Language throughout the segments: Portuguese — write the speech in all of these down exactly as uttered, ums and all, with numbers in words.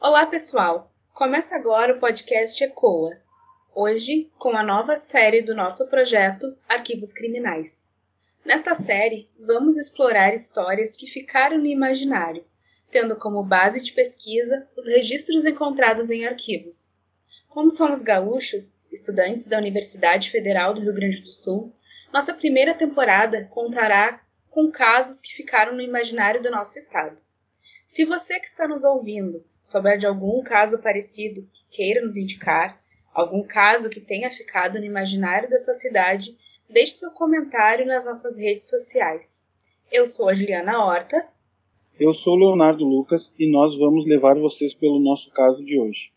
Olá, pessoal! Começa agora o podcast ECOA, hoje com a nova série do nosso projeto Arquivos Criminais. Nesta série, vamos explorar histórias que ficaram no imaginário, tendo como base de pesquisa os registros encontrados em arquivos. Como somos gaúchos, estudantes da Universidade Federal do Rio Grande do Sul, nossa primeira temporada contará com casos que ficaram no imaginário do nosso estado. Se você que está nos ouvindo souber de algum caso parecido que queira nos indicar, algum caso que tenha ficado no imaginário da sua cidade, deixe seu comentário nas nossas redes sociais. Eu sou a Juliana Horta. Eu sou o Leonardo Lucas e nós vamos levar vocês pelo nosso caso de hoje.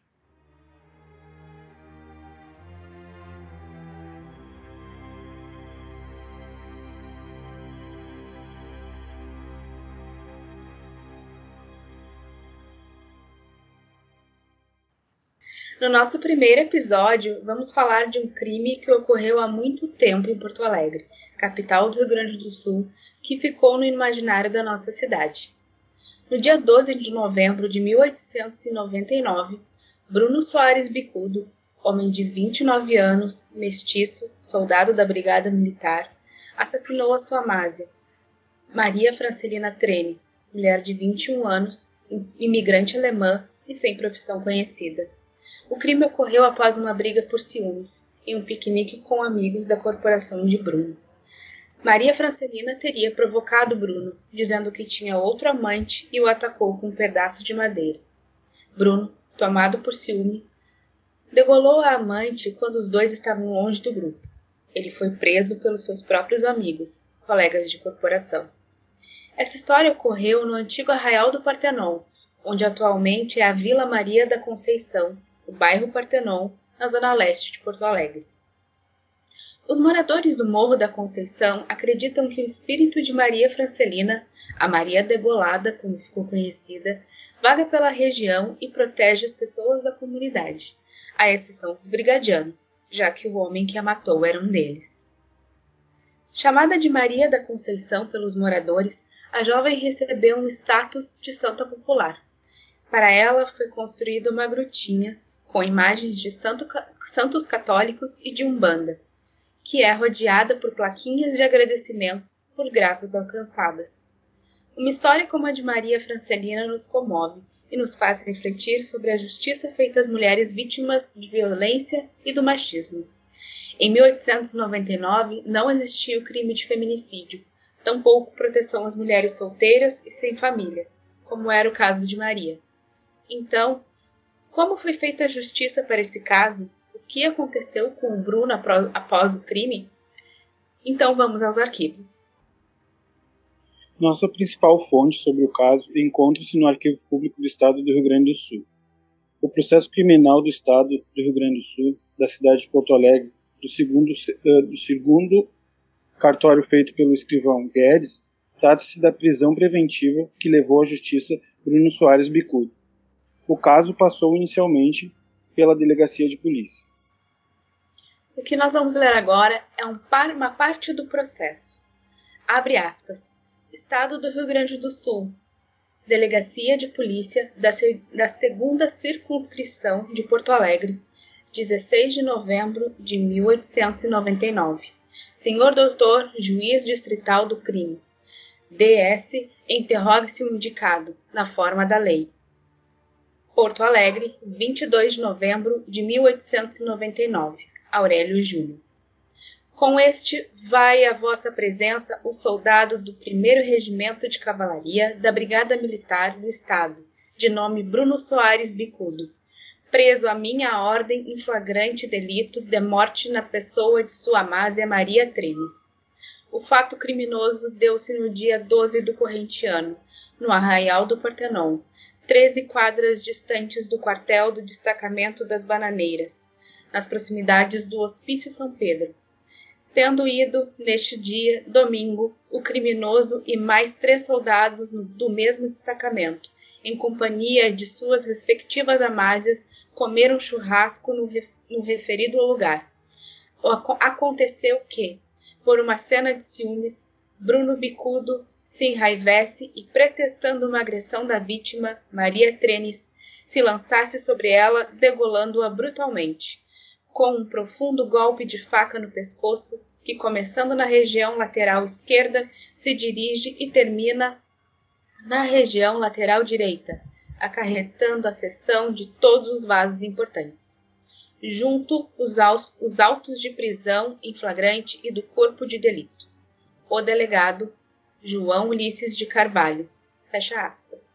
No nosso primeiro episódio, vamos falar de um crime que ocorreu há muito tempo em Porto Alegre, capital do Rio Grande do Sul, que ficou no imaginário da nossa cidade. No dia doze de novembro de mil oitocentos e noventa e nove, Bruno Soares Bicudo, homem de vinte e nove anos, mestiço, soldado da Brigada Militar, assassinou a sua amásia, Maria Francelina Trenes, mulher de vinte e um anos, imigrante alemã e sem profissão conhecida. O crime ocorreu após uma briga por ciúmes, em um piquenique com amigos da corporação de Bruno. Maria Francelina teria provocado Bruno, dizendo que tinha outro amante e o atacou com um pedaço de madeira. Bruno, tomado por ciúme, degolou a amante quando os dois estavam longe do grupo. Ele foi preso pelos seus próprios amigos, colegas de corporação. Essa história ocorreu no antigo Arraial do Partenon, onde atualmente é a Vila Maria da Conceição, o bairro Partenon, na zona leste de Porto Alegre. Os moradores do Morro da Conceição acreditam que o espírito de Maria Francelina, a Maria Degolada, como ficou conhecida, vaga pela região e protege as pessoas da comunidade, à exceção dos brigadianos, já que o homem que a matou era um deles. Chamada de Maria da Conceição pelos moradores, a jovem recebeu um status de santa popular. Para ela foi construída uma grutinha com imagens de santo, santos católicos e de umbanda, que é rodeada por plaquinhas de agradecimentos por graças alcançadas. Uma história como a de Maria Francelina nos comove e nos faz refletir sobre a justiça feita às mulheres vítimas de violência e do machismo. Em mil oitocentos e noventa e nove não existia o crime de feminicídio, tampouco proteção às mulheres solteiras e sem família, como era o caso de Maria. Então, como foi feita a justiça para esse caso? O que aconteceu com o Bruno após o crime? Então vamos aos arquivos. Nossa principal fonte sobre o caso encontra-se no Arquivo Público do Estado do Rio Grande do Sul. O processo criminal do Estado do Rio Grande do Sul, da cidade de Porto Alegre, do segundo, do segundo cartório feito pelo escrivão Guedes, trata-se da prisão preventiva que levou à justiça Bruno Soares Bicudo. O caso passou inicialmente pela delegacia de polícia. O que nós vamos ler agora é um par, uma parte do processo. Abre aspas. Estado do Rio Grande do Sul. Delegacia de Polícia da, da segunda Circunscrição de Porto Alegre, dezesseis de novembro de mil oitocentos e noventa e nove. Senhor doutor, juiz distrital do crime. D S, interrogue-se o indicado, na forma da lei. Porto Alegre, vinte e dois de novembro de mil oitocentos e noventa e nove. Aurélio Júlio. Com este, vai à vossa presença o soldado do primeiro Regimento de Cavalaria da Brigada Militar do Estado, de nome Bruno Soares Bicudo, preso à minha ordem em flagrante delito de morte na pessoa de sua amásia Maria Trenes. O fato criminoso deu-se no dia doze do corrente ano, no Arraial do Partenon, treze quadras distantes do quartel do destacamento das Bananeiras, nas proximidades do Hospício São Pedro. Tendo ido, neste dia, domingo, o criminoso e mais três soldados do mesmo destacamento, em companhia de suas respectivas amásias, comer um churrasco no, ref, no referido lugar. Aconteceu que, por uma cena de ciúmes, Bruno Bicudo se enraivesse e, pretextando uma agressão da vítima, Maria Trenes, se lançasse sobre ela, degolando-a brutalmente, com um profundo golpe de faca no pescoço, que, começando na região lateral esquerda, se dirige e termina na região lateral direita, acarretando a seção de todos os vasos importantes. Junto os, aus, os autos de prisão em flagrante e do corpo de delito. O delegado João Ulisses de Carvalho. Fecha aspas.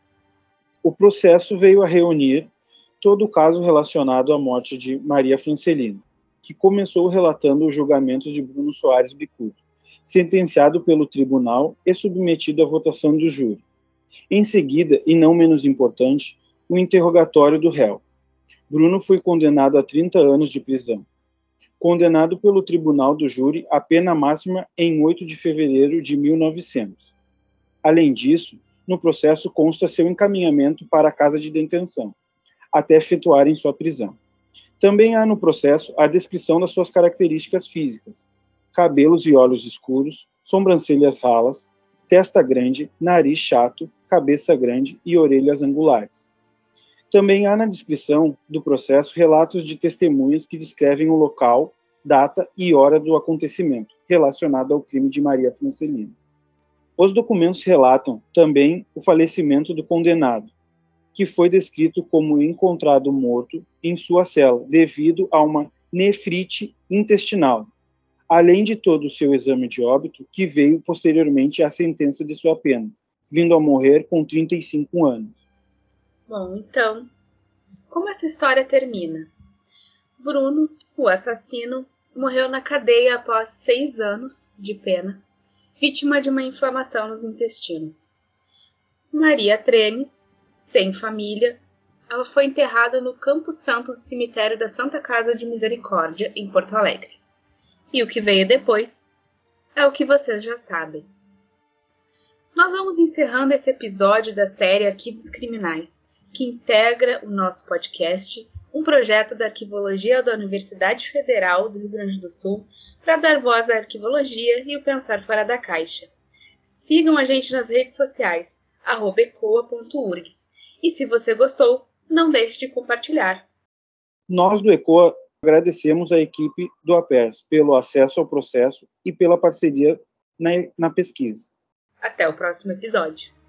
O processo veio a reunir todo o caso relacionado à morte de Maria Francelino, que começou relatando o julgamento de Bruno Soares Bicudo, sentenciado pelo tribunal e submetido à votação do júri. Em seguida, e não menos importante, o interrogatório do réu. Bruno foi condenado a trinta anos de prisão. Condenado pelo tribunal do júri à pena máxima em oito de fevereiro de mil e novecentos. Além disso, no processo consta seu encaminhamento para a casa de detenção, até efetuarem sua prisão. Também há no processo a descrição das suas características físicas: cabelos e olhos escuros, sobrancelhas ralas, testa grande, nariz chato, cabeça grande e orelhas angulares. Também há na descrição do processo relatos de testemunhas que descrevem o local, data e hora do acontecimento relacionado ao crime de Maria Francelino. Os documentos relatam também o falecimento do condenado, que foi descrito como encontrado morto em sua cela devido a uma nefrite intestinal, além de todo o seu exame de óbito, que veio posteriormente à sentença de sua pena, vindo a morrer com trinta e cinco anos. Bom, então, como essa história termina? Bruno, o assassino, morreu na cadeia após seis anos de pena, vítima de uma inflamação nos intestinos. Maria Trenes, sem família, ela foi enterrada no Campo Santo do cemitério da Santa Casa de Misericórdia, em Porto Alegre. E o que veio depois é o que vocês já sabem. Nós vamos encerrando esse episódio da série Arquivos Criminais, que integra o nosso podcast, um projeto da Arquivologia da Universidade Federal do Rio Grande do Sul, para dar voz à arquivologia e o pensar fora da caixa. Sigam a gente nas redes sociais, arroba ecoa ponto urgs. E se você gostou, não deixe de compartilhar. Nós do ECOA agradecemos à equipe do APERS pelo acesso ao processo e pela parceria na, na pesquisa. Até o próximo episódio.